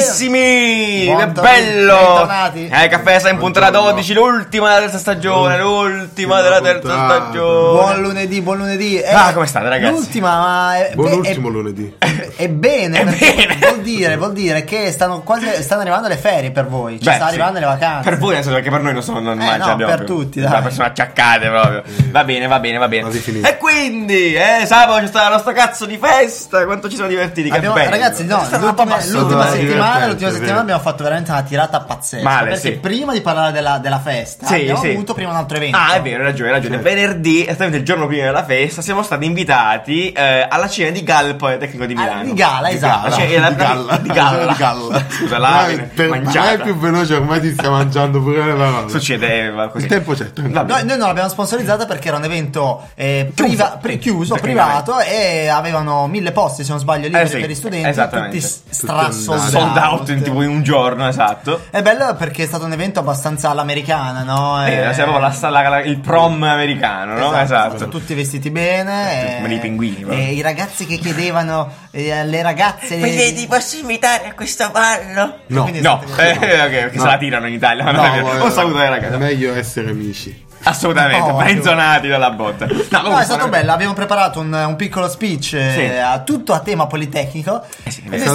Carissimi, che Buongiorno, bello! bentornati. Caffè Design puntata 12, l'ultima della terza stagione, l'ultima della terza stagione. Buon lunedì. Come state, ragazzi? L'ultima, ma Buon ultimo lunedì. È bene, È perché bene. vuol dire che stanno arrivando le ferie per voi. Stanno arrivando le vacanze. Per voi adesso, perché per noi non sono normali. no, abbiamo per più tutti, una dai. persona acciaccate proprio. Va bene. Quasi finito. E quindi, sabato c'è stata la nostra cazzo di festa. Quanto ci siamo divertiti, che bello. Ragazzi, no, È stata l'ultima divertente, settimana abbiamo fatto veramente una tirata pazzesca. Male, perché sì. prima di parlare della festa abbiamo avuto prima un altro evento. Ah, è vero, hai ragione. Venerdì, esattamente il giorno prima della festa, siamo stati invitati alla cena di Galla, il Politecnico di Milano. Di Gala, esatto. Di Galla. Scusa, Per me è più veloce, ormai ti stai mangiando pure le parole. Succedeva così. Il tempo c'è. Noi non l'abbiamo sponsorizzata perché era un evento chiuso, privato, e avevano 1000 posti, se non sbaglio, liberi sì, per gli studenti, esattamente. tutti strasoldati. Sold out in tipo in un giorno, esatto. È bello perché è stato un evento abbastanza all'americana, no? Siamo il prom americano, no? Esatto. Tutti vestiti bene. Come dei pinguini, proprio. E i ragazzi che chiedevano alle ragazze: Ti posso invitare a questo ballo? No, perché se la tirano in Italia. Un saluto ai ragazzi. È meglio essere amici. Assolutamente, benzonati dalla botta. No, è stato bello. Abbiamo preparato un piccolo speech tutto a tema politecnico. È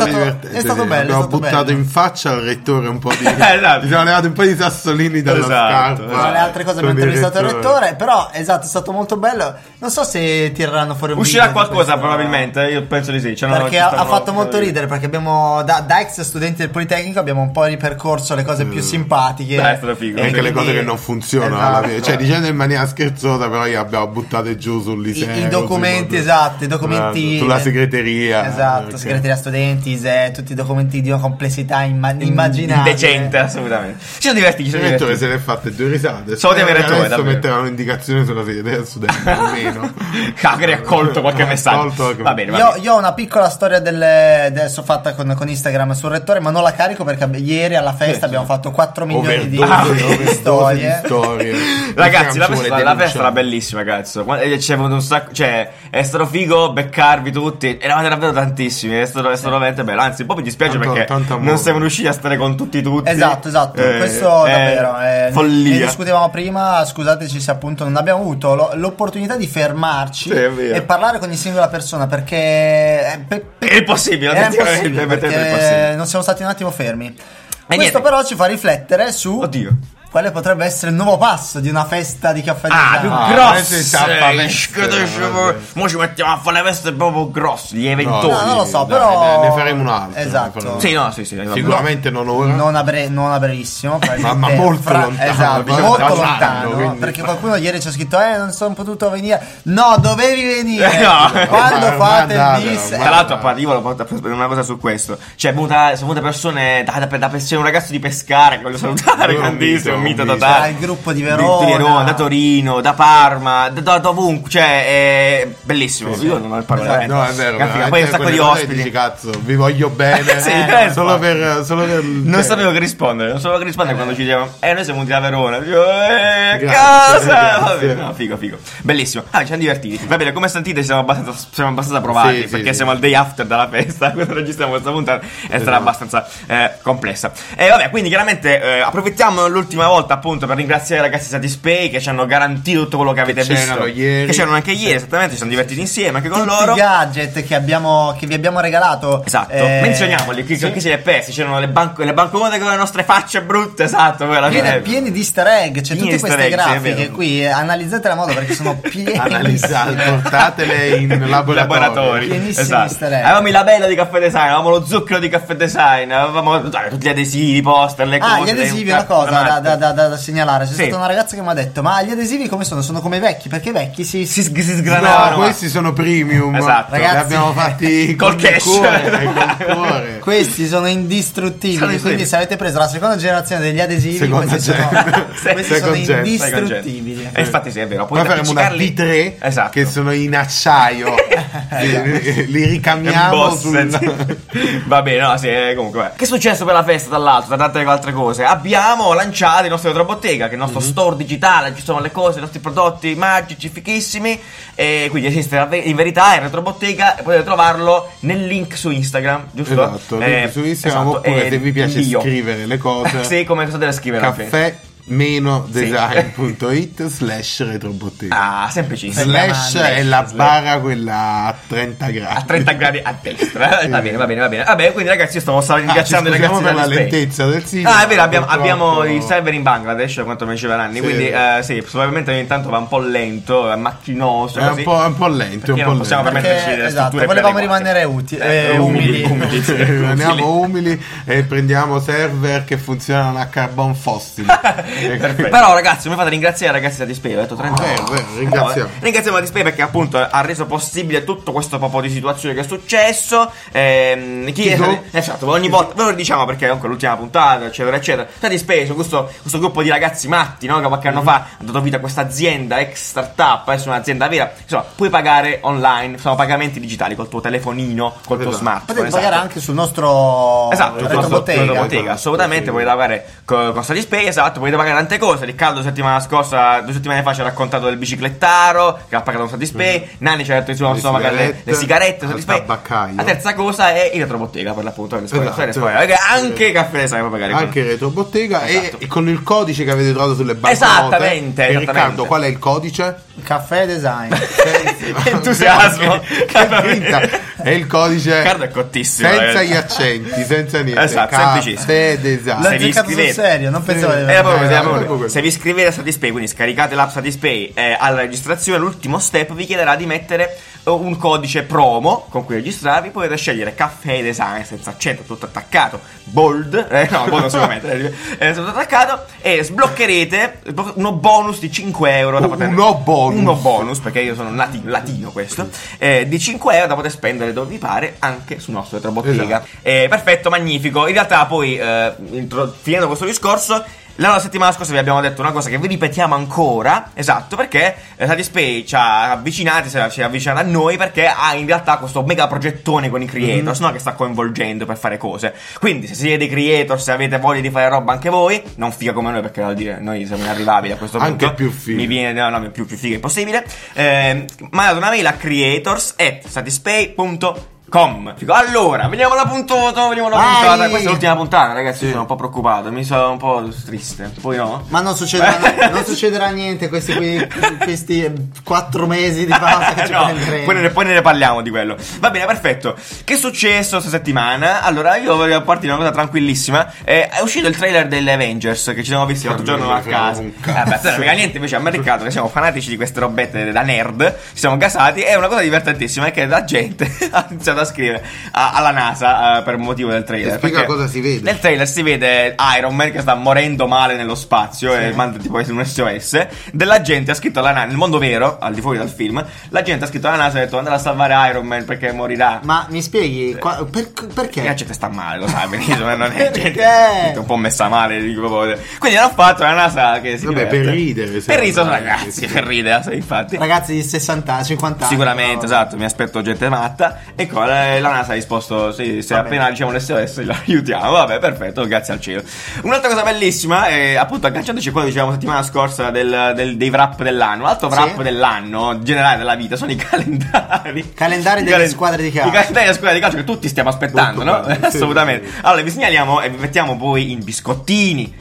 stato bello. Abbiamo buttato in faccia al rettore un po' di. Esatto. Ci siamo levati un po' di sassolini dalla scarpa. Tra le altre cose abbiamo intervistato il rettore. Però esatto, è stato molto bello. Non so se tireranno fuori un uscirà video qualcosa questo, probabilmente. Io penso di sì. Perché ha fatto molto ridere. Perché abbiamo da ex studenti del Politecnico abbiamo un po' ripercorso le cose più simpatiche. È stato figo. E anche le cose che non funzionano alla fine. Cioè, dicendo in maniera scherzosa, però io abbiamo buttato giù sull'ISEE. I documenti, esatto, i documenti sulla segreteria. Esatto, segreteria studenti, ISEE, tutti i documenti di una complessità immaginabile. Indecente, assolutamente. Ci siamo divertiti, Il rettore se ne è fatte 2 risate. Solo di avere rettore, adesso davvero. metteranno indicazioni sulla segreteria studente, almeno. Magari ha colto qualche messaggio. Va bene. Io ho una piccola storia adesso fatta con Instagram sul rettore, ma non la carico perché ieri alla festa abbiamo fatto 4 milioni di storie. Ragazzi, la festa era bellissima, cazzo. C'è avuto un sacco. Cioè, è stato figo beccarvi tutti. Eravate davvero tantissimi. È stato veramente bello. Anzi, un po' mi dispiace perché non siamo riusciti a stare con tutti. Esatto. Questo davvero. Follia. Ne discutevamo prima. Scusateci se appunto non abbiamo avuto l'opportunità di fermarci e parlare con ogni singola persona perché è impossibile. Perché non siamo stati un attimo fermi. Questo però ci fa riflettere su. Oddio. Quale potrebbe essere il nuovo passo di una festa di caffè più grosso. Mo ci mettiamo a fare le feste proprio grosse, gli eventoni. No, non lo so, però ne faremo un altro. Esatto. Sì. Sicuramente non ora. Non a brevissimo, ma molto lontano. Esatto, molto lontano. Perché qualcuno ieri ci ha scritto non sono potuto venire. No, dovevi venire. Quando fate il bis. Tra l'altro, io volevo dire una cosa su questo. Cioè, sono venute persone c'è un ragazzo di Pescara che voglio salutare, grandissimo. Un mito totale. Il gruppo di Verona, da Torino, da Parma, da ovunque, cioè è bellissimo. Io non ho parole. No, è vero. Poi un sacco di ospiti. Dici, cazzo, vi voglio bene. Solo per non sapevo che rispondere. Quando ci dicevano noi siamo venuti da Verona. Cosa? Figo. Bellissimo. Ci siamo divertiti. Va bene, come sentite siamo abbastanza provati perché siamo al day after dalla festa. Quando registriamo questa puntata è stata abbastanza complessa. E vabbè, quindi chiaramente approfittiamo l'ultima volta appunto per ringraziare i ragazzi di Satispay che ci hanno garantito tutto quello che avete visto ieri. che c'erano anche ieri, esattamente, ci siamo divertiti insieme anche con tutti loro i gadget che vi abbiamo regalato. Esatto, menzioniamoli chi se li è persi. C'erano le banconote con le nostre facce brutte, esatto, poi alla fine pieni di easter egg, c'è tutte queste grafiche qui, analizzate la moda perché sono pieni. Portatele in laboratori. Pienissimi easter egg. Avevamo i labello di Caffè Design, avevamo lo zucchero di Caffè Design, avevamo tutti gli adesivi, i poster, le cose. Gli adesivi è una cosa da segnalare. C'è stata una ragazza che mi ha detto: ma gli adesivi come sono? Sono come i vecchi? Perché i vecchi si sgranavano. No, questi sono premium. Esatto. Ragazzi, li abbiamo fatti col cash. Col cuore. Questi sono indistruttibili. Quindi se avete preso la seconda generazione degli adesivi, questi sono indistruttibili. E infatti sì, è vero. Poi faremo una V3 che sono in acciaio. li ricamiamo Va bene, no, sì, comunque. Che è successo per la festa, tra l'altro, tra tante altre cose? Abbiamo lanciato il nostro Retrobottega, che è il nostro store digitale, ci sono le cose, i nostri prodotti magici, fichissimi. E quindi esiste in verità il Retrobottega e potete trovarlo nel link su Instagram, giusto? Esatto. appunto link su Instagram, oppure se vi piace scrivere le cose. Sì, come cosa deve scrivere? caffè-design.it/retrobottega. Semplicissimo. / è la barra quella a 30 gradi. A 30 gradi a destra. Va bene. Vabbè, quindi ragazzi, io stavo ringraziando i ragazzi per la lentezza del sito. È vero, abbiamo il server in Bangladesh, quanto mi diceva Nanni, quindi sì, probabilmente ogni tanto va un po' lento, è macchinoso, è un po' lento, non possiamo permetterci le strutture. Volevamo rimanere umili. Rimaniamo umili e prendiamo server che funzionano a carbon fossile. Però ragazzi, mi fate ringraziare i ragazzi da Display. Ho detto 30 ringraziamo Display perché appunto ha reso possibile tutto questo po' di situazione che è successo. Esatto, ogni volta ve lo diciamo perché comunque l'ultima puntata, eccetera. Da Display, questo gruppo di ragazzi matti, no? Che qualche anno fa ha dato vita a questa azienda ex startup, adesso un'azienda vera. Insomma, puoi pagare online, sono pagamenti digitali col tuo telefonino, col tuo smartphone. Potete pagare anche sul nostro retrobottega. Assolutamente, potete pagare con sta Display, esatto, potete pagare tante cose. Riccardo 2 settimane fa ci ha raccontato del biciclettaro che ha pagato un Display. Nanni ci ha detto che si possono pagare le sigarette, la terza cosa è il retrobottega, per l'appunto, anche Caffè Design può pagare anche il retrobottega, esatto. e con il codice che avete trovato sulle banconote. Esattamente. Riccardo, qual è il codice? Caffè Design. Entusiasmo. È il codice. Riccardo è cottissimo, senza gli accenti, senza niente. Esatto, semplicissimo. Caffè Design. L'ho giocato sul serio, non pensavo di se vi iscrivete a Satispay, quindi scaricate l'app Satispay, alla registrazione l'ultimo step vi chiederà di mettere un codice promo con cui registrarvi. Potete scegliere Caffè Design senza accento, tutto attaccato, bold, bold non si può mettere, tutto attaccato, e sbloccherete uno bonus di 5 euro da poter, uno bonus perché io sono latino questo, di 5 euro da poter spendere dove vi pare anche sul nostro retrobottega. Esatto. Perfetto, magnifico. In realtà poi finendo questo discorso, la settimana scorsa vi abbiamo detto una cosa che vi ripetiamo ancora, esatto, perché Satispay ci ha avvicinati, si è avvicinato a noi perché ha in realtà questo mega progettone con i creators, no? Che sta coinvolgendo per fare cose. Quindi se siete dei creators, se avete voglia di fare roba anche voi, non figa come noi, perché vuol dire noi siamo inarrivabili a questo punto, anche più figa, mi viene più figa impossibile. Mandate una mail a creators@satispay.com. Allora, veniamo alla puntata. Questa è l'ultima puntata, ragazzi. Sì. Sono un po' preoccupato, mi sono un po' triste. Poi no. Ma non succederà niente questi 4 mesi di pausa che ci prenderemo. Poi ne parliamo di quello. Va bene, perfetto. Che è successo questa settimana? Allora, io voglio partire una cosa tranquillissima. È uscito il trailer delle Avengers che ci siamo visti l'altro giorno a casa. Non frega niente, invece a me Riccardo, che siamo fanatici di queste robette da nerd, ci siamo gasati. È una cosa divertentissima, è che la gente ha iniziato a scrivere alla NASA per motivo del trailer. Spiega cosa si vede. Nel trailer si vede Iron Man che sta morendo male nello spazio, e manda tipo un SOS. Della gente ha scritto alla NASA, nel mondo vero, al di fuori dal film, la gente ha scritto alla NASA e ha detto andare a salvare Iron Man perché morirà. Ma mi spieghi perché? La gente sta male, lo sai benissimo, non è gente un po' messa male, dico. Quindi hanno fatto la NASA che si diverte. Per ridere, ragazzi, per ridere, infatti. Ragazzi di 60, 50 anni. Sicuramente, esatto, mi aspetto gente matta. E la NASA ha risposto sì, se appena diciamo l'SOS lo aiutiamo. Vabbè, perfetto, grazie al cielo. Un'altra cosa bellissima è appunto agganciandoci a quello che dicevamo settimana scorsa dei wrap dell'anno. L'altro wrap dell'anno generale della vita sono i calendari delle squadre di calcio. I calendari delle squadre di calcio che tutti stiamo aspettando, no? Assolutamente. Allora vi segnaliamo e vi mettiamo poi in biscottini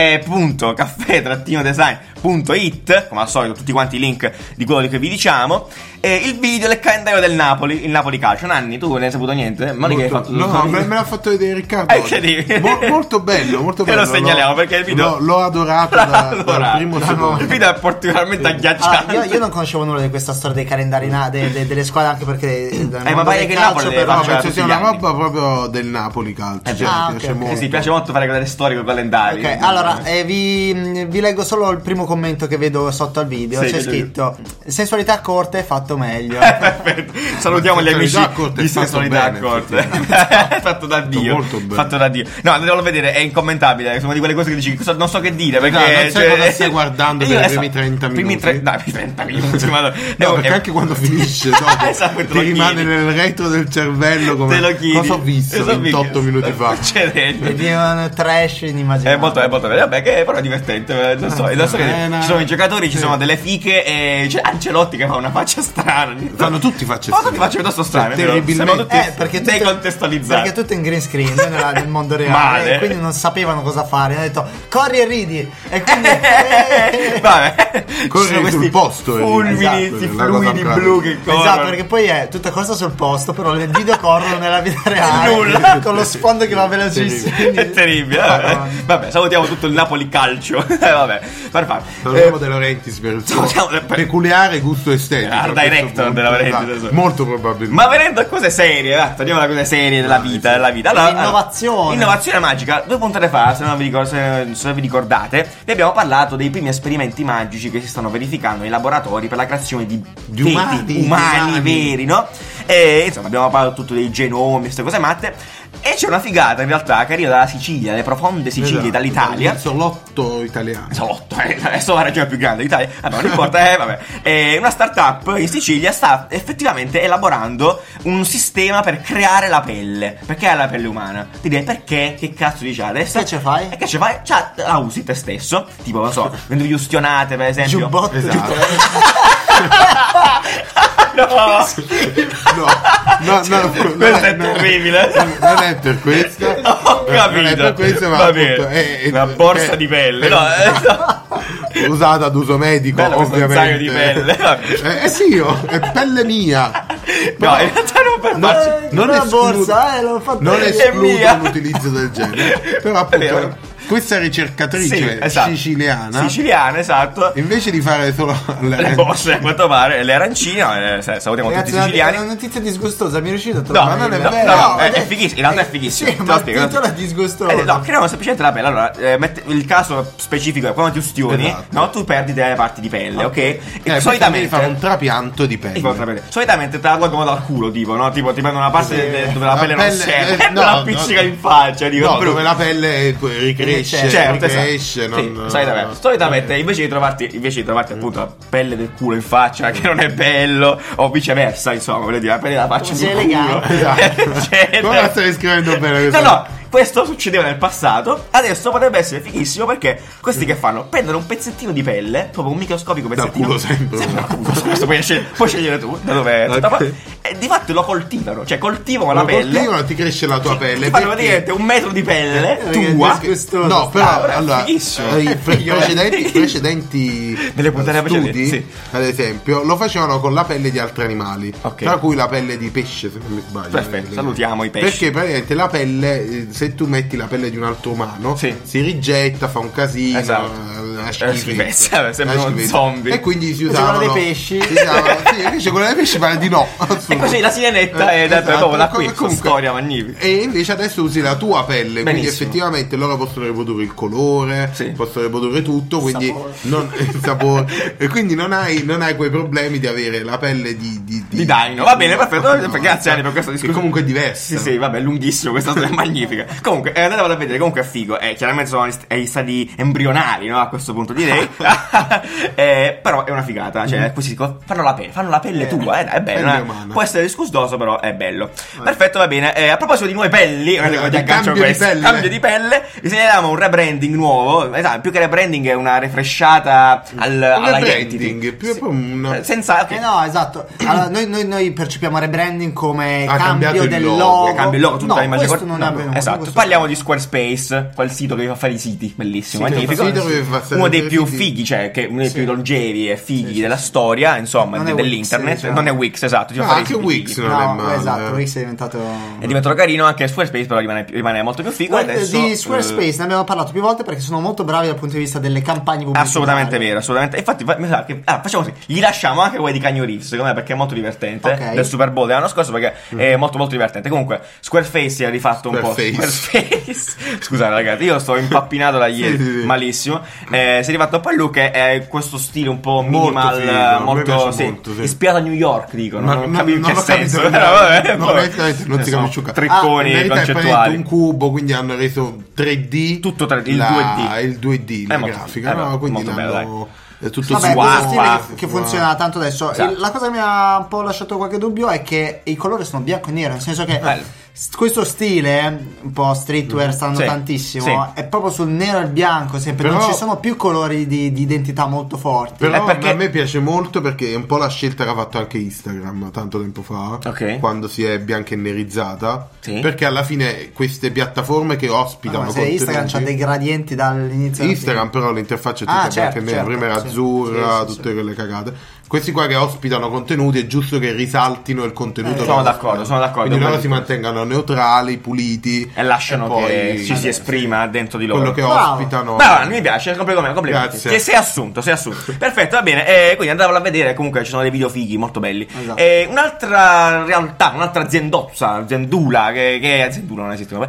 caffè-design.it, come al solito tutti quanti i link di quello che vi diciamo, il video del calendario del Napoli, il Napoli Calcio. Nanni, tu ne hai saputo niente? Me l'ha fatto vedere Riccardo. Molto bello. E lo segnaliamo perché il video l'ho adorato dal primo secondo. Il video è particolarmente agghiacciante. Io non conoscevo nulla di questa storia dei calendari delle squadre, anche perché ma pare che il Napoli penso sia una roba proprio del Napoli Calcio, piace molto. Sì, piace molto fare delle storie con calendari. Ok, allora vi leggo solo il primo commento che vedo sotto al video. C'è scritto: sensualità corte, fatto meglio. Perfetto. Salutiamo gli amici di sensualità corte. Fatto da Dio. Molto bene. Fatto da Dio. No, devo vedere, è incommentabile. Sono di quelle cose che dici non so che dire, perché non sai cosa stai guardando per i primi 30 minuti. 30 minuti. Perché anche quando finisce dopo ti rimane nel retro del cervello come cosa ho visto 28 minuti fa. Vedi un trash inimmaginabile. È molto vabbè, che però è divertente. Non so che ci sono i giocatori, ci sono delle fiche e c'è Ancelotti che fa una faccia strana. Fanno tutti facce strane. piuttosto strane, terribilmente. Perché decontestualizzati. Perché tutto in green screen nel mondo reale, e quindi non sapevano cosa fare. Hanno detto corri e ridi, e quindi vabbè, corri sul posto, fulmini, esatto, fluidi blu che corrono. Esatto, perché poi è tutta cosa sul posto, però le video corrono nella vita reale. Nulla. Con lo sfondo che va velocissimo. È terribile. Vabbè, salutiamo tutto il Napoli calcio. Vabbè, Salutiamo De Laurentiis per il suo peculiare gusto estetico. Art director De Laurentiis, molto probabilmente. Ma venendo a cose serie, torniamo alle cose serie della vita. Allora, innovazione magica. 2 puntate fa, se non vi ricordate, vi abbiamo parlato dei primi esperimenti magici che si stanno verificando nei laboratori per la creazione di umani veri, no? E insomma abbiamo parlato tutto dei genomi, queste cose matte. E c'è una figata in realtà che arriva dalla Sicilia, dalle profonde Sicilie, dall'Italia. Il solotto italiano. Adesso la regione più grande d'Italia. Vabbè, non importa, una startup in Sicilia sta effettivamente elaborando un sistema per creare la pelle. Perché è la pelle umana? Ti direi perché? Che cazzo dici adesso? Che ce fai? E che ce fai? Cioè, la usi te stesso. Tipo, non so, vendono gli ustionate, per esempio. Giubbotto. Esatto. No, questo è terribile. Non è per questo. Ho capito. Non è per questo, ma va bene. Una borsa di pelle. Usata ad uso medico, bello, ovviamente. Un di pelle. Sì, è pelle mia. No, in realtà non è borsa, l'ho fatto. Non escludo l'utilizzo del genere. Però appunto questa ricercatrice siciliana, esatto, invece di fare solo le borse, a quanto pare, le arancine, salutiamo tutti i siciliani. È una notizia disgustosa, mi è riuscito a trovare. Ma non è vero. No, è fighissimo, in realtà è fighissimo. Sì, ma il titolo è disgustoso. No, creiamo semplicemente la pelle. Allora, il caso specifico è quando ti ustioni, esatto, no? Tu perdi delle parti di pelle, ok? E solitamente devi fare un trapianto di pelle. Solitamente te la tolgono dal culo, tipo, no? Tipo ti prendono una parte dove la pelle non c'è, la appiccica in faccia, dico, dove la pelle ricresce. Solitamente invece di trovarti appunto la pelle del culo in faccia, che non è bello, o viceversa, insomma, voglio dire, la pelle della faccia sul culo. Esatto. Come la stai scrivendo bene? No, questo succedeva nel passato, adesso potrebbe essere fighissimo, perché questi che fanno? Prendono un pezzettino di pelle, proprio un microscopico pezzettino. Dal culo sempre. Questo puoi scegliere tu da dove è. E di fatto lo coltivano, cioè coltivano la pelle. Coltivano, ti cresce la tua pelle. Ti fanno praticamente 1 metro di pelle tua. No, però allora i precedenti delle puntate studi, sì, ad esempio, lo facevano con la pelle di altri animali, tra cui la pelle di pesce, se non mi sbaglio. Perfetto, salutiamo i pesci. Perché praticamente la pelle, se tu metti la pelle di un altro umano, si rigetta, fa un casino, una schifezza, sembra un zombie. E quindi si usavano dei pesci. Invece quella dei pesci pare di no. E così la sirenetta è data proprio da qui, con storia magnifica. E invece adesso usi la tua pelle, quindi effettivamente loro possono riprodurre il colore, possono riprodurre tutto, quindi il sapore, e quindi non hai quei problemi di avere la pelle di Dino. Va bene, perfetto, grazie Ani per questo discorso. Comunque è diverso. Sì, vabbè, è lunghissimo, questa storia è magnifica. Comunque, andatevela a vedere, comunque è figo. Chiaramente sono agli stadi embrionali, no? A questo punto direi. Però è una figata, cioè così fanno la pelle tua, è bello. Può essere disgustoso, però è bello. Perfetto, va bene. A proposito di nuove pelli, cambio di pelle, vi segnaliamo un rebranding nuovo. Esatto, più che rebranding è una refreshata alla Identity. Senza no, esatto. Allora, noi percepiamo rebranding come cambio del logo. Cambio il logo, tutta l'immagine. Questo non è avvenuto. Esatto. Parliamo di Squarespace, quel sito che vi fa fare i siti, bellissimo, magnifico. Uno dei più fighi, cioè che uno dei più longevi e fighi della storia, insomma, dell'internet. Non è Wix, esatto. Anche Wix non è male. Esatto, Wix è diventato carino, anche Squarespace però rimane molto più figo. Di Squarespace ne abbiamo parlato più volte perché sono molto bravi dal punto di vista delle campagne pubblicitarie. Assolutamente vero, assolutamente. Infatti facciamo così, gli lasciamo anche quelli di Keanu Reeves, secondo me, perché è molto divertente, del Super Bowl dell'anno scorso, perché è molto molto divertente. Comunque Squarespace ha rifatto un po'. Squarespace. Scusate ragazzi, io sto impappinato da ieri, malissimo. Si è rifatto un po' il look, è questo stile un po' minimal, molto ispirato a New York, dicono. Non capisco in che senso, però vabbè. Non si capisce tripponi concettuali. Un cubo, quindi hanno reso 3D tutto 3D, il 2D la grafica, quindi bello, è tutto stile che funziona tanto adesso. La cosa che mi ha un po' lasciato qualche dubbio è che i colori sono bianco e nero, nel senso che questo stile un po' streetwear stanno tantissimo, è proprio sul nero e il bianco sempre, però, non ci sono più colori di identità molto forti. Però a me piace molto perché è un po' la scelta che ha fatto anche Instagram tanto tempo fa, quando si è biancannerizzata, perché alla fine queste piattaforme che ospitano contenuti, Instagram c'ha dei gradienti dall'inizio Instagram però l'interfaccia è tutta bianca e nera, prima era azzurra, tutte quelle cagate. Questi qua che ospitano contenuti è giusto che risaltino il contenuto. Sono d'accordo. Quindi loro si mantengano neutrali, puliti e lasciano che ci si esprima dentro di loro. Quello che ospitano. Bravo, mi piace, complimenti. Che sei assunto. Perfetto, va bene. Quindi andavamo a vedere, comunque ci sono dei video fighi molto belli. Esatto. Un'altra realtà, un'altra aziendula che aziendula non esiste.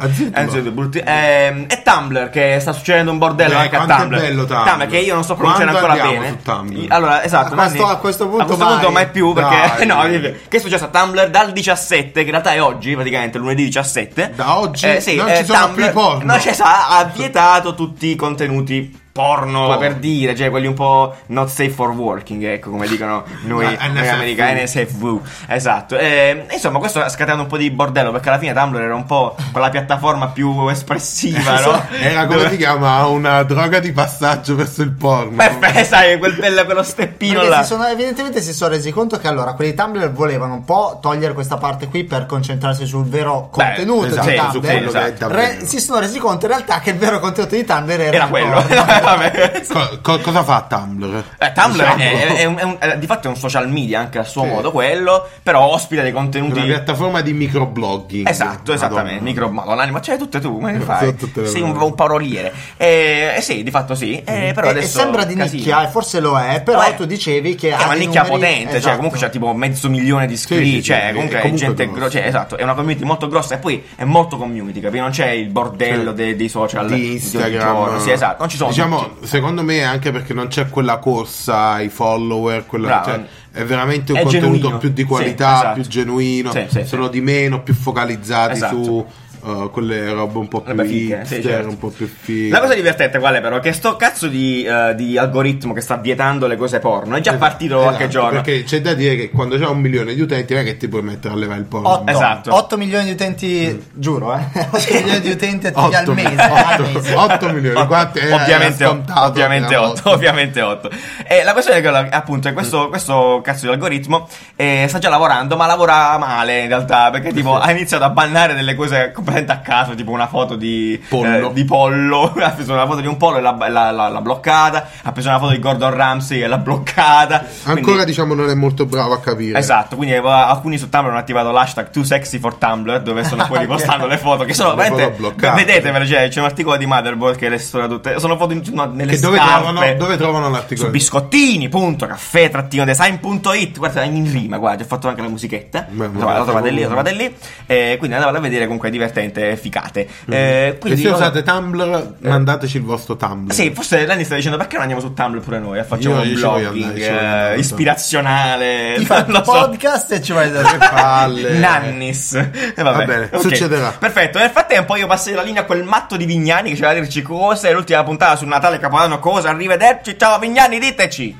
È Tumblr, che sta succedendo un bordello anche a Tumblr. È bello Tumblr, che io non sto pronunciando ancora bene. Allora, esatto. A questo punto mai più, perché che è successo a Tumblr dal 17, che in realtà è oggi, praticamente lunedì 17. Da oggi non ci sono Tumblr, più i porno. No, ha vietato tutti i contenuti porno, per dire, cioè quelli un po' not safe for working, ecco, come dicono noi americani, NSFW, esatto. Insomma, questo ha scatenato un po' di bordello, perché alla fine Tumblr era un po' quella piattaforma più espressiva, no? Era come si chiama? Una droga di passaggio verso il porno. Sai, quello steppino là. Evidentemente si sono resi conto che allora quelli di Tumblr volevano un po' togliere questa parte qui per concentrarsi sul vero contenuto di Tumblr. Si sono resi conto in realtà che il vero contenuto di Tumblr era quello. Cosa fa Tumblr? Tumblr è di fatto è un social media anche a suo modo, quello, però ospita dei contenuti, una piattaforma di microblogging. Esatto, esattamente. Madonna, ma c'hai tutte tu, come fai? Sei un paroliere. Sì, di fatto sì. Però adesso sembra di nicchia, e forse lo è, però tu dicevi che è una nicchia potente, cioè comunque c'è tipo 500.000 di iscritti, cioè comunque è gente esatto, è una community molto grossa, e poi è molto community, capito? Non c'è il bordello dei social di Instagram. Sì, esatto, non ci sono, diciamo, secondo me anche perché non c'è quella corsa ai follower, cioè, è veramente un contenuto genuino, più di qualità, più genuino, sono di meno, più focalizzati su quelle robe un po' più hipster, un po' più fighe. La cosa divertente qual è però? Che sto cazzo di algoritmo che sta vietando le cose porno è già partito qualche giorno. Perché c'è da dire che quando c'è 1 milione di utenti non è che ti puoi mettere a levare il porno. 8 milioni di utenti, giuro 8 milioni di utenti attivi al mese. 8 milioni, ovviamente 8. E la questione è che appunto è questo cazzo di algoritmo sta già lavorando, ma lavora male in realtà, perché tipo ha iniziato a bannare delle cose a caso, tipo una foto di pollo. Ha preso una foto di un pollo e l'ha bloccata. Ha preso una foto di Gordon Ramsay e l'ha bloccata. Ancora diciamo non è molto bravo a capire. Esatto, quindi alcuni su Tumblr hanno attivato l'hashtag too sexy for Tumblr, dove sono poi ripostando le foto che sono veramente bloccate. Vedetevelo, cioè, c'è un articolo di Motherboard che le storie tutte sono foto nelle scarpe. Dove trovano l'articolo? Su biscottini.caffè-design.it. Guarda, in rima, guarda, ho fatto anche la musichetta. Lo trovate lì. Quindi andate a vedere, comunque è divertente, ficate. Quindi se usate Tumblr, mandateci il vostro Tumblr. Sì, forse Lenny sta dicendo perché non andiamo su Tumblr pure noi, facciamo un blogging ispirazionale, ti fa un podcast e ci vai da che palle. Nannis. Va bene, succederà. Perfetto. Nel frattempo io passerei la linea a quel matto di Vignani che ci va a dirci cosa è l'ultima puntata su Natale, Capodanno, cosa. Arrivederci, ciao Vignani, diteci.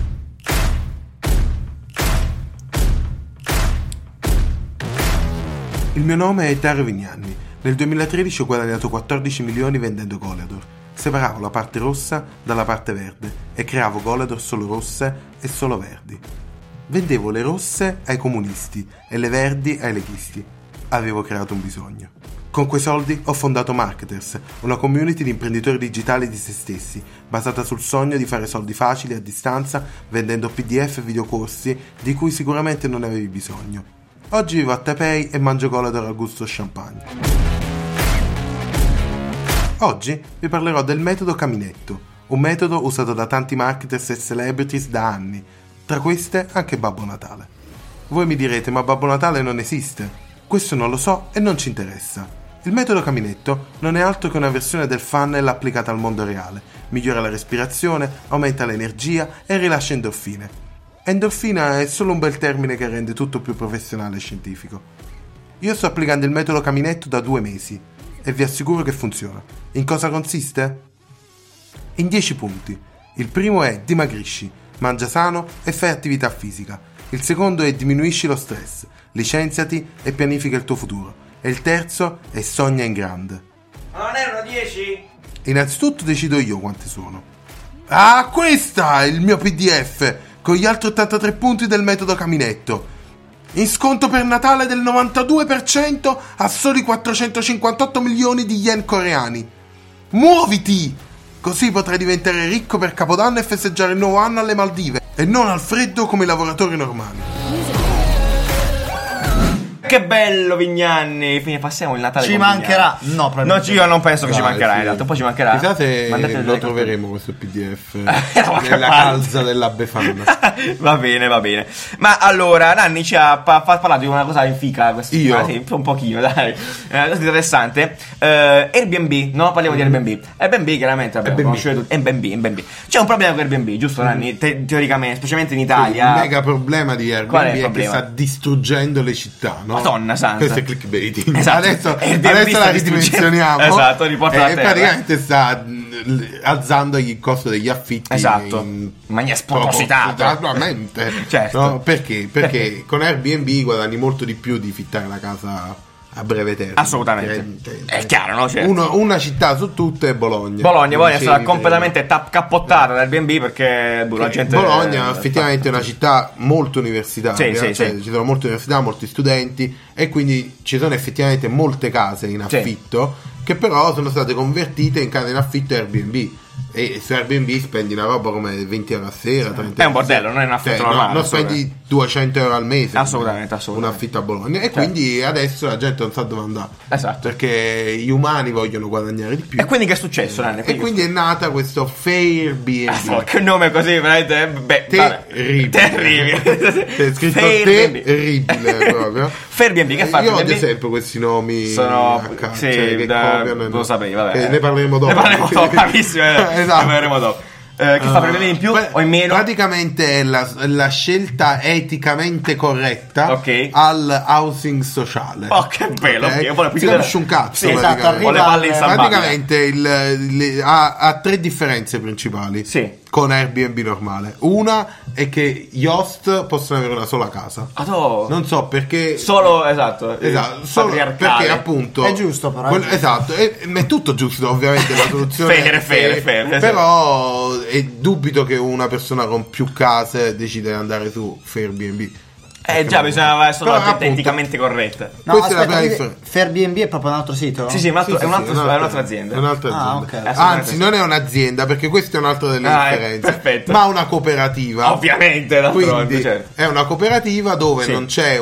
Il mio nome è Dario Vignanni. Nel 2013 ho guadagnato 14 milioni vendendo Goleador. Separavo la parte rossa dalla parte verde e creavo Goleador solo rosse e solo verdi. Vendevo le rosse ai comunisti e le verdi ai leghisti. Avevo creato un bisogno. Con quei soldi ho fondato Marketers, una community di imprenditori digitali di se stessi, basata sul sogno di fare soldi facili a distanza vendendo PDF e videocorsi di cui sicuramente non avevi bisogno. Oggi vivo a Taipei e mangio Goleador al gusto champagne. Oggi vi parlerò del metodo Caminetto, un metodo usato da tanti marketers e celebrities da anni, tra queste anche Babbo Natale. Voi mi direte, ma Babbo Natale non esiste? Questo non lo so e non ci interessa. Il metodo Caminetto non è altro che una versione del funnel applicata al mondo reale, migliora la respirazione, aumenta l'energia e rilascia endorfine. Endorfina è solo un bel termine che rende tutto più professionale e scientifico. Io sto applicando il metodo Caminetto da 2 mesi e vi assicuro che funziona. In cosa consiste? In 10 punti. Il primo è dimagrisci, mangia sano e fai attività fisica. Il secondo è diminuisci lo stress, licenziati e pianifica il tuo futuro. e il terzo è Sogna in grande. Ma non erano 10? Innanzitutto decido io quante sono. Ah, questa è il mio PDF con gli altri 83 punti del metodo Caminetto. In sconto per Natale del 92% a soli 458 milioni di yen coreani. Muoviti! Così potrai diventare ricco per Capodanno e festeggiare il nuovo anno alle Maldive e non al freddo come i lavoratori normali. Che bello Vignanni, passiamo il Natale. Ci mancherà? No, probabilmente. Io non penso che ci mancherà, in realtà. Poi ci mancherà. Chissà se lo troveremo questo PDF nella calza della Befana. Va bene. Ma allora, Nanni ci ha parlato di una cosa in fica questa settimana. Sì, un pochino, dai. Interessante. Airbnb, no? Parliamo di Airbnb. Airbnb chiaramente abbiamo conosciuto tutti. Airbnb. C'è un problema con Airbnb, giusto Nanni? Teoricamente, specialmente in Italia. Il mega problema di Airbnb è che sta distruggendo le città, no? Madonna santa. Questo è clickbaiting. Esatto. Adesso la ridimensioniamo. Esatto, riporta e praticamente sta alzando il costo degli affitti. Esatto. In maniera spropositata. Naturalmente. Certo. No? Perché con Airbnb guadagni molto di più di fittare la casa a breve termine. Assolutamente. È chiaro, no? Certo. Una città su tutte è Bologna. Bologna è stata completamente cappottata da Airbnb perché la gente. Bologna effettivamente è una città molto universitaria. Sì. Ci sono molte università, molti studenti e quindi ci sono effettivamente molte case in affitto che però sono state convertite in case in affitto Airbnb. E su Airbnb spendi una roba come 20 euro a sera, 30 è un bordello, non è un affitto normale. Non spendi 200 euro al mese. Assolutamente. Un affitto a Bologna. E quindi adesso la gente non sa dove andare. Esatto. Perché gli umani vogliono guadagnare di più. E quindi che è successo, Nanni? E quindi è nata questo Fairbnb. Che nome così, veramente terribile. C'è scritto terribile proprio. Fairbnb, che fa? Io odio sempre questi nomi. Sono che copiano. Lo sapevi, vabbè. Ne parleremo dopo. Bravissimo. Esatto. Ne parleremo dopo. Che fa per in più o in meno? Praticamente è la scelta eticamente corretta al housing sociale. Oh, che bello! Si capisce un cazzo. Sì, esatto, con le palle in salvaggio. Praticamente ha tre differenze principali. Sì. Con Airbnb normale. Una è che gli host possono avere una sola casa. Non so perché. Solo solo perché appunto è giusto, però. Esatto, è tutto giusto, ovviamente la soluzione. Fair. Però dubito che una persona con più case decida di andare su Fairbnb. Già, bisognava essere eticamente corretta. No, questa è la prima differenza. Fairbnb è proprio un altro sito? Sì, è un'altra azienda. È un'altra azienda. Anzi, non è un'azienda, perché questa è un'altra delle differenze. Perfetto. Ma una cooperativa. Ovviamente, quindi certo. È una cooperativa dove non c'è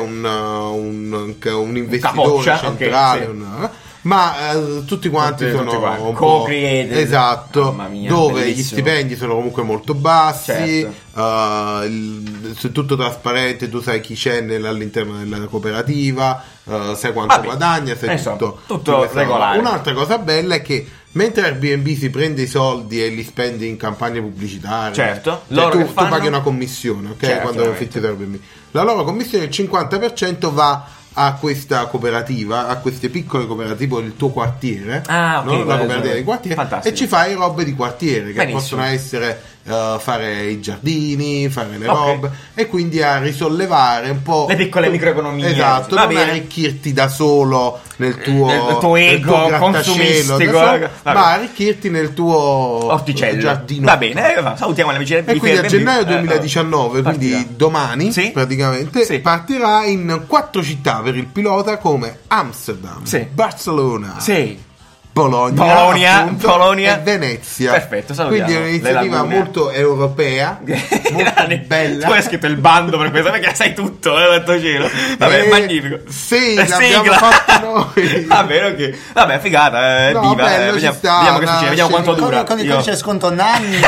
un investitore centrale, ma tutti quanti sono un co-created. Esatto. Mamma mia, dove bellissimo. gli stipendi sono comunque molto bassi, certo. È tutto trasparente, tu sai chi c'è all'interno della cooperativa, sai quanto guadagna, sai tutto regolare. Un'altra cosa bella è che mentre Airbnb si prende i soldi e li spende in campagne pubblicitarie, certo, tu paghi una commissione, quando affitti da Airbnb. La loro commissione, il 50% va a questa cooperativa, a queste piccole cooperative del tuo quartiere, la cooperativa del quartiere. Fantastico. E ci fai robe di quartiere che possono essere fare i giardini, fare le robe e quindi a risollevare un po' le piccole microeconomie. Esatto, non arricchirti da solo nel tuo ego consumistico, ma arricchirti nel tuo orticello. Giardino. Va bene, salutiamo la vicina. E quindi a gennaio 2019, quindi domani praticamente partirà in 4 città per il pilota come Amsterdam, Barcellona, Bologna e Venezia. Perfetto, salutiamo. Quindi è un'iniziativa molto europea, molto bella. Tu hai scritto il bando per questo perché sai tutto, cielo. Vabbè, magnifico. Sì, l'abbiamo fatto noi. Vabbè, figata, viva. Bello, vediamo che succede, vediamo quanto dura. Con il codice sconto Nanni.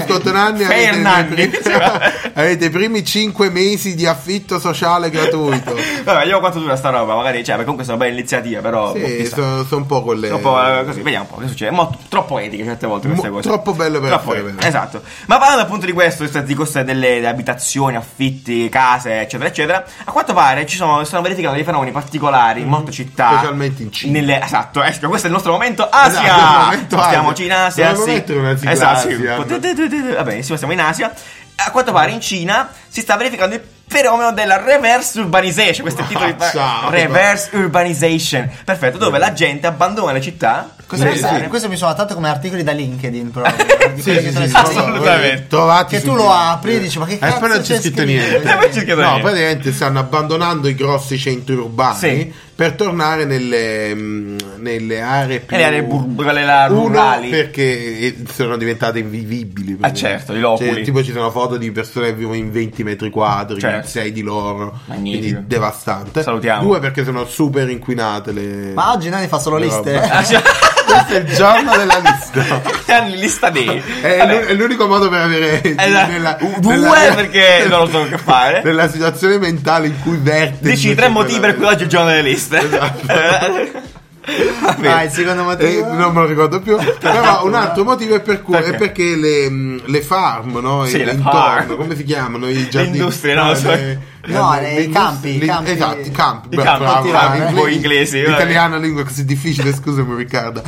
Avete i primi 5 mesi di affitto sociale gratuito. Vabbè, vediamo quanto dura sta roba, magari, perché comunque sono belle iniziative, però sono un po' quelle così, vediamo un po' che succede. Troppo etiche certe volte queste cose. Troppo bello per essere vero. Esatto. Ma parlando appunto di questo, di coste delle abitazioni, affitti, case, eccetera, eccetera, a quanto pare stanno verificando dei fenomeni particolari in molte città. Specialmente in Cina. Esatto, questo è il nostro momento Asia. Stiamo in Asia, Esatto, va benissimo, siamo in Asia. A quanto pare in Cina si sta verificando fenomeno della reverse urbanization. Questo è il titolo di reverse urbanization. Perfetto, dove la gente abbandona le città. Questo mi suona tanto come articoli da LinkedIn proprio. Assolutamente. Che tu lo apri e dici ma che cazzo poi non c'è scritto niente. No, praticamente stanno abbandonando i grossi centri urbani per tornare nelle aree più rurali, perché sono diventate invivibili. Certo, i loculi. Tipo ci sono foto di persone che vivono in 20 metri quadri, 6 di loro. Magnifico. Quindi devastante. Salutiamo. 2 perché sono super inquinate Ma oggi Nani fa solo liste. Questo è il giorno della lista. Lista day. È l'unico modo per avere perché non lo so che fare. Nella situazione mentale in cui verte. Dici 3 motivi per cui oggi è il giorno delle liste. Esatto. Il secondo motivo non me lo ricordo più. Però un altro motivo è perché le farm, no? Le farm. Come si chiamano? I giardini. Le industrie, no? I campi. Esatto, i campi. Voi inglesi. L'italiano lingua così difficile, scusami Riccardo.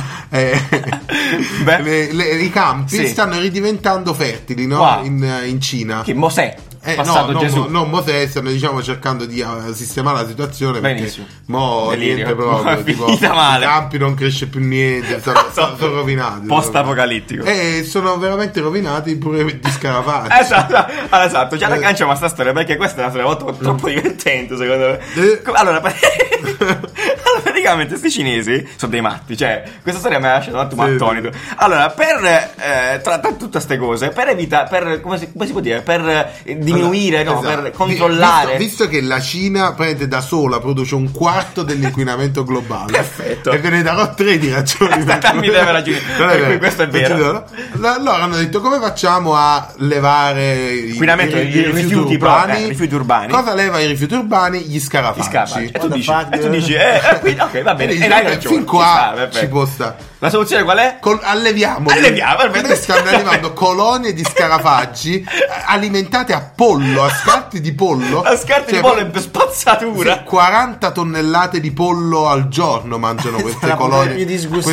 I campi stanno ridiventando fertili, no? Wow. In Cina. Che Mosè. Gesù. Non Mosè, stanno cercando di sistemare la situazione. Benissimo. Niente proprio. Tipo, male. I campi non cresce più niente, sono rovinati. Post-apocalittico. E sono veramente rovinati pure di scarafaggi. Esatto. Già agganciamo a sta storia perché questa è una storia molto troppo divertente, secondo me. Allora, praticamente questi cinesi sono dei matti. Cioè, questa storia mi ha lasciato un attimo attonito. Allora, tra tutte queste cose, per evitare, come si può dire, per diminuire, per controllare. Visto che la Cina da sola produce un quarto dell'inquinamento globale. Perfetto. E ve ne darò 3 di ragioni. Mi deve ragione. Per cui questo è vero. Loro hanno detto: come facciamo a levare i rifiuti urbani? Cosa leva i rifiuti urbani? Gli scarafaggi. E tu dici, ok, va bene. Fin qua ci può stare. La soluzione qual è? Alleviamo. Perché stanno arrivando colonie di scarafaggi alimentate a pollo, a scarti di pollo. A scarti di pollo e per spazzatura. 40 tonnellate di pollo al giorno mangiano queste colonie.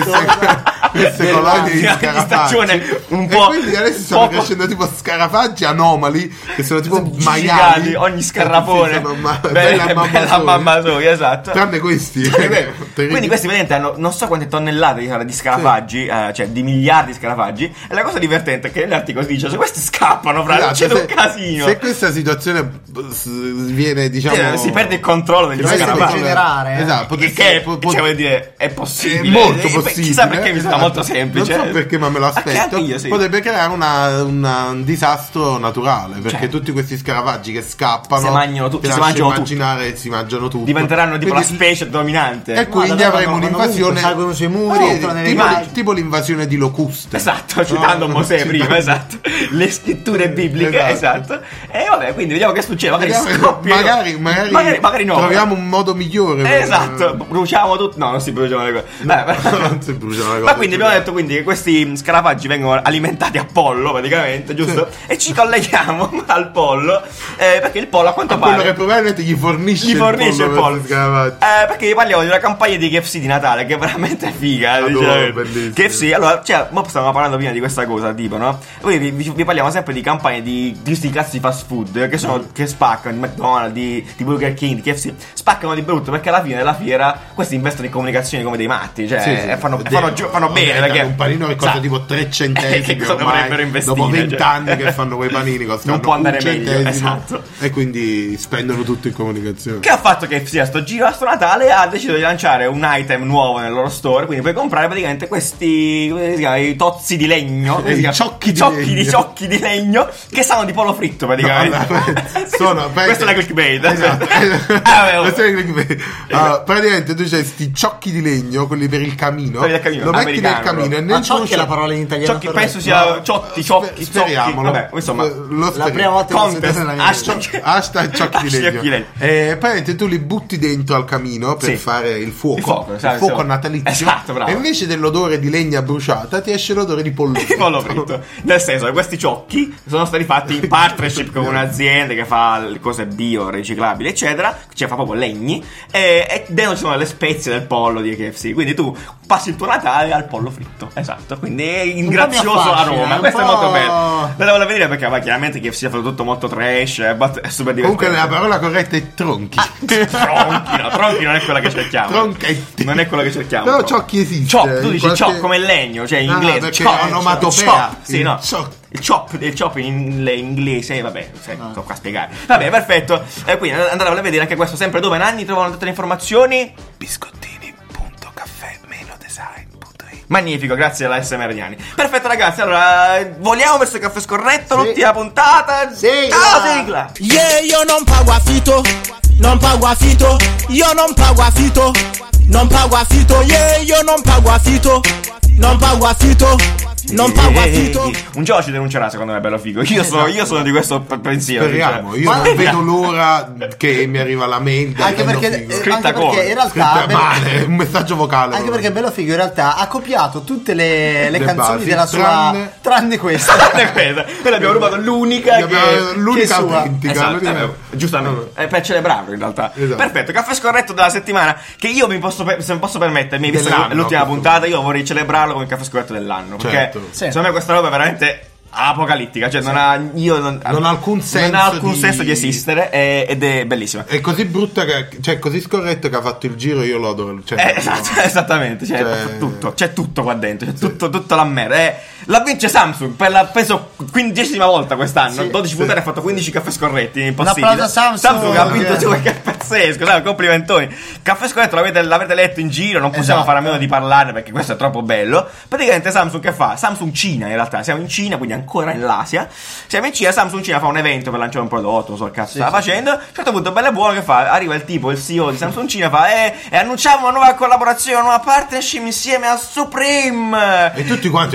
Queste colonie di scarafaggi. Un po'. E quindi adesso stanno crescendo tipo scarafaggi anomali che sono tipo maiali. Ogni scarrafone. Bella mamma soia, esatto. Tranne questi. Quindi questi praticamente hanno non so quante tonnellate di scarafaggi, cioè di miliardi di scarafaggi. E la cosa divertente è che nell'articolo si dice: se questi scappano, c'è un casino. Se questa situazione viene, si perde il controllo degli scarafaggi. Esatto, vuol dire, è possibile. È molto possibile. Chissà perché mi sembra molto semplice. Non so perché, ma me lo aspetto. Potrebbe creare un disastro naturale, perché tutti questi scarafaggi che scappano si mangiano tutti. Diventeranno tipo la specie dominante. E quindi avremo un'invasione. Salgono sui muri, tipo l'invasione di locuste. Esatto, citando Mosè prima, esatto. Le scritture bibliche, esatto. E vabbè, quindi vediamo che succede. Magari no. Troviamo un modo migliore. Esatto, bruciamo tutto. No, non si bruciano le cose. Non si bruciano le cose. Ma quindi abbiamo detto che questi scarafaggi vengono alimentati a pollo, praticamente, giusto? E ci colleghiamo al pollo, perché il pollo a quanto pare quello che probabilmente gli fornisce il pollo. Perché parliamo di una campagna di KFC di Natale che è veramente figa. KFC, allora, mo stavamo parlando prima di questa cosa, tipo, no? Poi vi parliamo sempre di campagne di questi cazzo di fast food che spaccano, di McDonald's, di Burger King, di KFC, spaccano di brutto perché alla fine della fiera questi investono in comunicazioni come dei matti, cioè fanno bene, perché un panino che costa tipo 3 centesimi che dovrebbero investire dopo 20 anni che fanno quei panini costano non può andare meglio, esatto. E quindi spendono tutto in comunicazione. Che ha fatto KFC a sto giro, a sto Natale ha deciso di lanciare un item nuovo nel loro store, quindi puoi comprare praticamente questi, come si chiama, i tozzi di legno, ciocchi di legno che sanno di pollo fritto praticamente. Questa è la clickbait. Esatto. Praticamente tu c'hai questi ciocchi di legno, quelli per il camino, lo metti nel camino e nel ciocchi è la parola in italiano. Ciocchi penso sia ciocchi. Speriamo. Vabbè, insomma, la prima volta hashtag ciocchi di legno. Praticamente tu li butti dentro al camino per fare il fuoco natalizio. Esatto, bravo. E invece dell'odore di legna bruciata ti esce l'odore di pollo fritto. Nel senso che questi ciocchi sono stati fatti in partnership con un'azienda che fa cose bio, riciclabili, eccetera, cioè fa proprio legni, e dentro ci sono le spezie del pollo di KFC. Quindi tu passi il tuo Natale al pollo fritto. Esatto, quindi è in grazioso aroma. Questo è molto bello. Lo devo vedere perché chiaramente KFC ha fatto tutto molto trash, è super divertente. Comunque la parola corretta è tronchi. Tronchi non è quella che cerchiamo. Tronchetti. Non è quella che cerchiamo. Però ciocchi esiste. Chop, tu dici chop come il legno, cioè in inglese. Perché è onomatopea. Sì, no. Il chop in inglese, vabbè, sto qua a spiegare. Vabbè, perfetto. Quindi andatevela a vedere anche questo, sempre dove Nanni trovano tutte le informazioni. Biscottini.caffè-design.it. Magnifico, grazie alla SMR Gnani. Perfetto ragazzi, allora voliamo verso il caffè scorretto, l'ultima puntata. Ciao sigla. Yeah, io non pago affitto, non pago affitto, io non pago affitto, non pago affitto, yeah, io non pago affitto, non pago affitto, non pago affitto. Un giorno ci denuncerà, secondo me, bello figo. Io sono di questo pensiero. Speriamo, io non vedo l'ora che mi arriva la mail. Anche perché in realtà male, un messaggio vocale. Anche perché bello figo in realtà ha copiato tutte le canzoni della sua, tranne questa. Noi abbiamo rubato l'unica autentica. Esatto, giustamente, per celebrarlo in realtà. Esatto. Perfetto, caffè scorretto della settimana, che io se posso permettermi, visto che è l'ultima puntata, io vorrei celebrarlo come il caffè scorretto dell'anno, perché secondo me questa roba è veramente apocalittica, cioè non ha alcun senso di esistere, ed è bellissima. È così brutta cioè così scorretto che ha fatto il giro, io lo adoro. Esattamente, c'è tutto qua dentro, c'è tutta la merda. La vince Samsung per la penso 15ª volta quest'anno. 12 puntate ha fatto 15 caffè scorretti. Impossibile. Un applauso a Samsung ha vinto tu, che è pazzesco, complimentoni. Caffè scorretto l'avete letto in giro, non possiamo fare a meno di parlarne perché questo è troppo bello. Praticamente Samsung che fa? Samsung Cina, in realtà siamo in Cina, quindi ancora in l'Asia. Siamo in Cina, Samsung Cina fa un evento per lanciare un prodotto, non so il cazzo stava facendo. A un certo punto bello e buono che fa? Arriva il CEO di Samsung Cina, fa e annunciamo una nuova collaborazione, una nuova partnership insieme a Supreme. E tutti quanti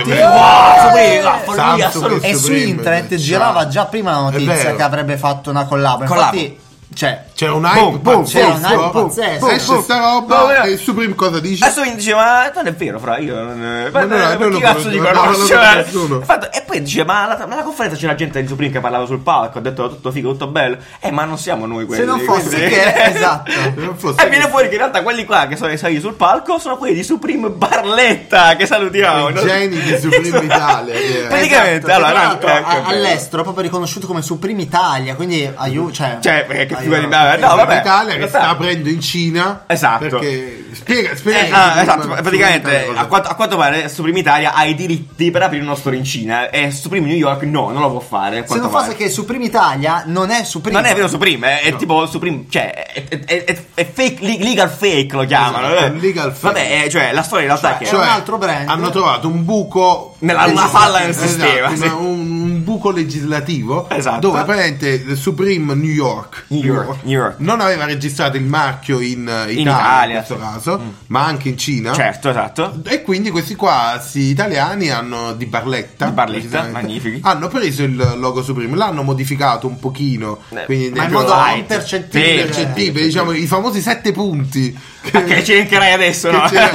follia assoluta. E su internet girava già prima la notizia che avrebbe fatto una collab. Infatti c'era un hype pazzesco. Esce sta roba e Supreme cosa dice? Adesso mi dice ma non è vero, fra io chi cazzo di conosce? E poi dice ma alla conferenza c'era gente di Supreme che parlava sul palco, ha detto tutto figo, tutto bello, ma non siamo noi quelli. Se non fosse che esatto. E viene fuori che in realtà quelli qua che sono saliti sul palco sono quelli di Supreme Barletta, che salutiamo, i geni di Supreme Italia. Praticamente allora all'estero è proprio riconosciuto come Supreme Italia, quindi Italia che sta aprendo in Cina. Esatto. Perché spiega esatto. Praticamente a quanto pare Supreme Italia ha i diritti per aprire uno store in Cina, e Supreme New York non lo può fare. Se non fosse che Supreme Italia non è Supreme, non è vero Supreme, è tipo Supreme, cioè è fake, legal fake lo chiamano. Legal fake. Vabbè, cioè la storia in realtà è che è un altro brand. Hanno trovato un buco una falla nel sistema, un buco legislativo, dove praticamente Supreme New York non aveva registrato il marchio in Italia in questo caso, ma anche in Cina. Certo, esatto. E quindi questi italiani hanno di Barletta, magnifici, hanno preso il logo Supreme, l'hanno modificato un pochino, quindi ma in modo impercettibile, diciamo i famosi 7 punti che cercherai adesso,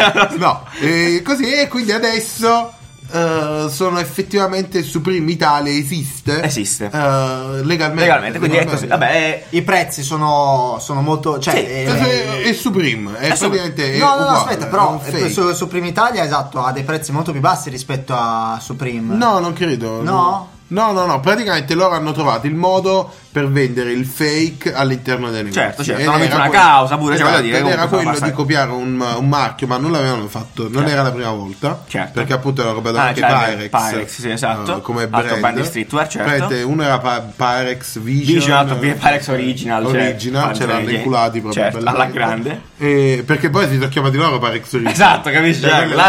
così, e quindi adesso sono effettivamente Supreme Italia esiste legalmente, quindi è così. Vabbè, i prezzi sono molto, è Supreme, è praticamente aspetta, però Supreme Italia ha dei prezzi molto più bassi rispetto a Supreme. No, non credo. No, praticamente loro hanno trovato il modo per vendere il fake all'interno dei negozi. Certo, hanno messo una causa pure, era quello di copiare un marchio, ma non l'avevano fatto, non era la prima volta, perché appunto era roba anche Pyrex, sì, esatto, come brand di streetwear, certo. Uno era Pyrex Vision, Pyrex Original, c'erano inculati proprio alla grande, perché poi si sono chiamati loro Pyrex Original, esatto, capisci?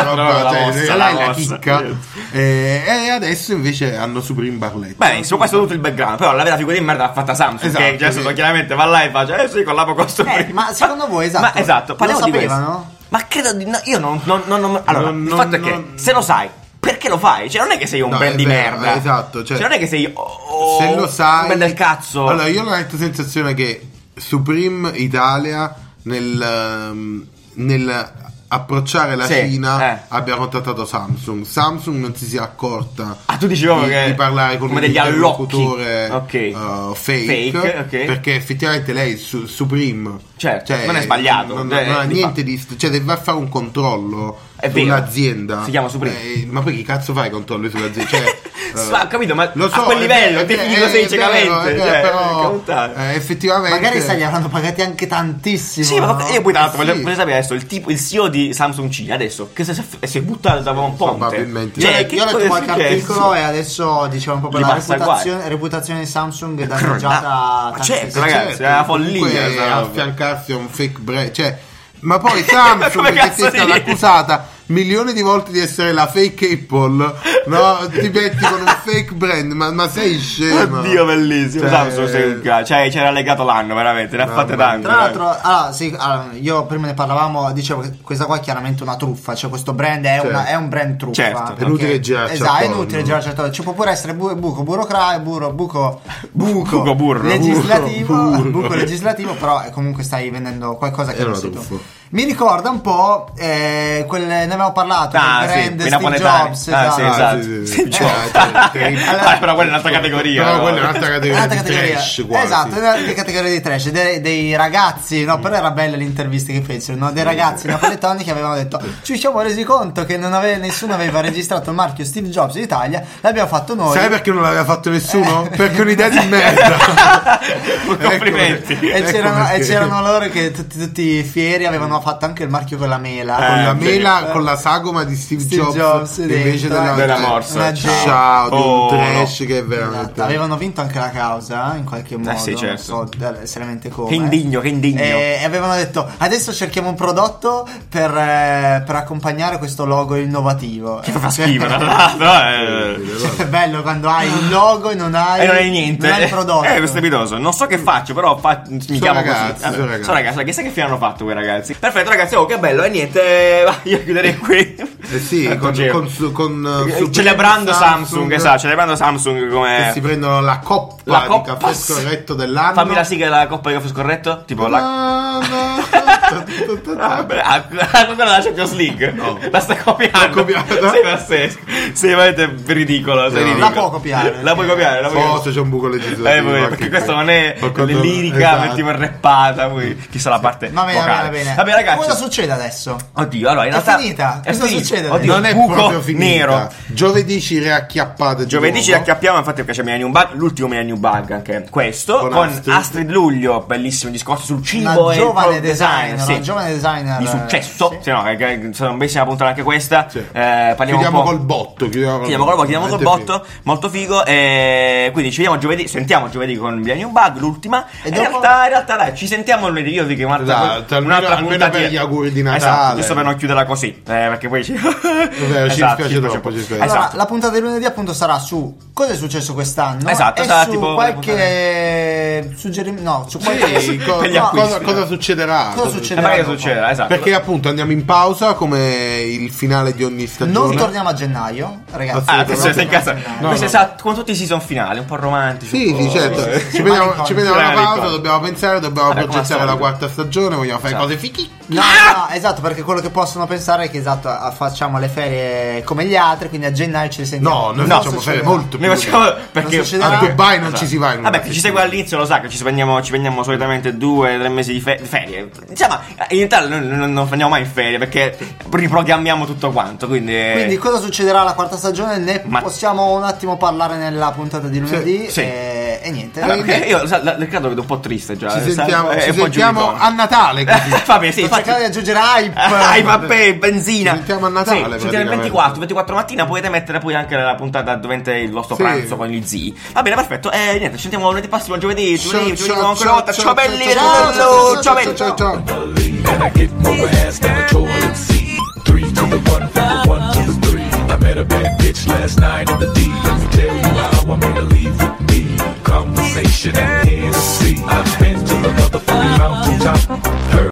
La chicca, e adesso invece hanno Supreme Barletta. Benissimo, questo è tutto il background. Però la vera figura di merda l'ha fatta Samsung, che adesso chiaramente va là e fa collabo con Supreme. Ma secondo voi lo sapevano? Ma credo di no. Io non allora, il fatto è che se lo sai, perché lo fai? Cioè non è che sei un brand di merda. Esatto, cioè non è che sei se lo sai, un brand del cazzo. Allora io ho la netta sensazione che Supreme Italia nel approcciare la Cina abbia contattato Samsung. Samsung non si sia accorta tu dici di parlare con un interlocutore fake, perché effettivamente lei Supreme, certo, non è sbagliato, non ha niente di cioè deve fare un controllo sull'azienda. Si chiama Supreme. Ma poi chi cazzo fa i controlli sull'azienda? Cioè, ho capito, ma lo so, a quel livello definito ciecamente, però effettivamente magari gli avranno pagati anche tantissimo. Sì, ma io poi tra l'altro voglio sapere adesso il CEO di Samsung Cina adesso che si è buttato da un ponte. Probabilmente. Io ho letto qualche articolo e adesso dicevano proprio la reputazione di Samsung è danneggiata tantissimo. Ragazzi, è una follia affiancarsi a un fake brand, cioè. Ma poi Samsung che è stata accusata milioni di volte di essere la fake Apple, no? Ti metti con un fake brand, ma sei scemo. Oddio, bellissimo. Samsung c'era legato l'anno, veramente, ne ha fatte tante. Tra l'altro, io prima ne parlavamo, dicevo che questa qua è chiaramente una truffa, cioè questo brand è un brand truffa. Certo. È inutile girarci attorno. Esatto, è inutile girarci attorno. Ci può pure essere buco legislativo, però comunque stai vendendo qualcosa che non sei tu. Mi ricorda un po' ne avevamo parlato del brand Steve Jobs. Steve Jobs. Però quella è un'altra categoria. Però quella è un'altra categoria di trash, quasi. Esatto, è una categoria di trash. Dei ragazzi, no, però era belle le interviste che fecero, no? Dei ragazzi napoletani che avevano detto: ci siamo resi conto che nessuno aveva registrato il marchio Steve Jobs in Italia, l'abbiamo fatto noi. Sai perché non l'aveva fatto nessuno? Perché è un'idea di merda. Complimenti. E c'erano loro che tutti fieri avevano fatto anche il marchio con la mela, con la sagoma di Steve Jobs invece della morsa. Ciao, di un trash che è veramente. Avevano vinto anche la causa in qualche modo. Sì, certo. Non so seriamente come. Che indigno. E avevano detto: adesso cerchiamo un prodotto per accompagnare questo logo innovativo. Che fa schifo, è bello quando hai il logo e non hai niente. Non hai il prodotto. È strepitoso. Non so che faccio, però mi chiamo ragazzi, così. Sono ragazzi, chissà che fine hanno fatto quei ragazzi. Perfetto, ragazzi, che bello, e niente, io chiuderei qui. celebrando Samsung, esatto, celebrando Samsung come che si prendono la coppa di caffè scorretto dell'anno. Fammi la sigla della coppa di caffè scorretto, tipo quella della Champions League. No. La stai copiando. Sei pazzesco. Sei veramente ridicolo. La può copiare. La puoi copiare. Forse c'è un buco legislativo. Perché questo non è lirica, esatto. Tipo rappata, poi chissà la parte vocale. Bene. Vabbè, ragazzi. Cosa succede adesso? Oddio, allora in realtà è finita. Cosa succede? Oddio, non è buco proprio finita. Nero. Giovedì ci riacchiappate. Giovedì ci riacchiappiamo, infatti perché c'è Millennium Bug, l'ultimo Millennium Bug anche questo, con Astrid Luglio, bellissimo discorso sul cibo e giovane design, una giovane designer di successo. Sì, no, è una bellissima puntata anche questa. Sì. Chiudiamo col botto. Chiudiamo col botto, molto figo. Quindi ci vediamo giovedì, sentiamo giovedì con Millennium Bug, l'ultima. E in realtà dai, ci sentiamo lunedì. Io vi che un'altra puntata per gli auguri di Natale. Esatto, giusto per non chiuderla così, perché poi ci dispiace troppo. Allora, la puntata di lunedì appunto sarà su cosa è successo quest'anno. Esatto, e su tipo qualche suggerimento. No, su qualche cosa succederà. Cosa succederà, esatto. Perché appunto andiamo in pausa come il finale di ogni stagione. Non torniamo a gennaio, ragazzi. Sei in casa. Esatto, con tutti i season finali, un po' romantici. Sì, certo. Ci prendiamo una pausa, dobbiamo pensare, dobbiamo progettare la quarta stagione, vogliamo fare cose fichi. No, esatto, perché quello che possono pensare è che facciamo le ferie come gli altri, quindi a gennaio ci sentiamo. No, noi facciamo ferie molto più. Perché a Dubai non ci si va. Vabbè, chi ci segue all'inizio lo sa che ci prendiamo solitamente 2-3 mesi di ferie. Insomma, in Italia noi non andiamo mai in ferie perché riprogrammiamo tutto quanto. Quindi cosa succederà alla quarta stagione? Ne possiamo un attimo parlare nella puntata di lunedì. Sì. E niente. Io Riccardo lo vedo un po' triste già. Ci sentiamo a Natale. Vabbè, sì, cercare di aggiungere hype, benzina. Ci sentiamo a Natale. Ci sentiamo il 24 mattina. Potete mettere poi anche la puntata dovente il vostro pranzo con gli zii. Va bene, perfetto. Niente, ci sentiamo lunedì prossimo, giovedì. Ci vediamo ancora una volta. Ciao belli. Ciao belli. Ciao. I met a bad bitch last night in the D. Let me tell you how I made her leave with me. Conversation.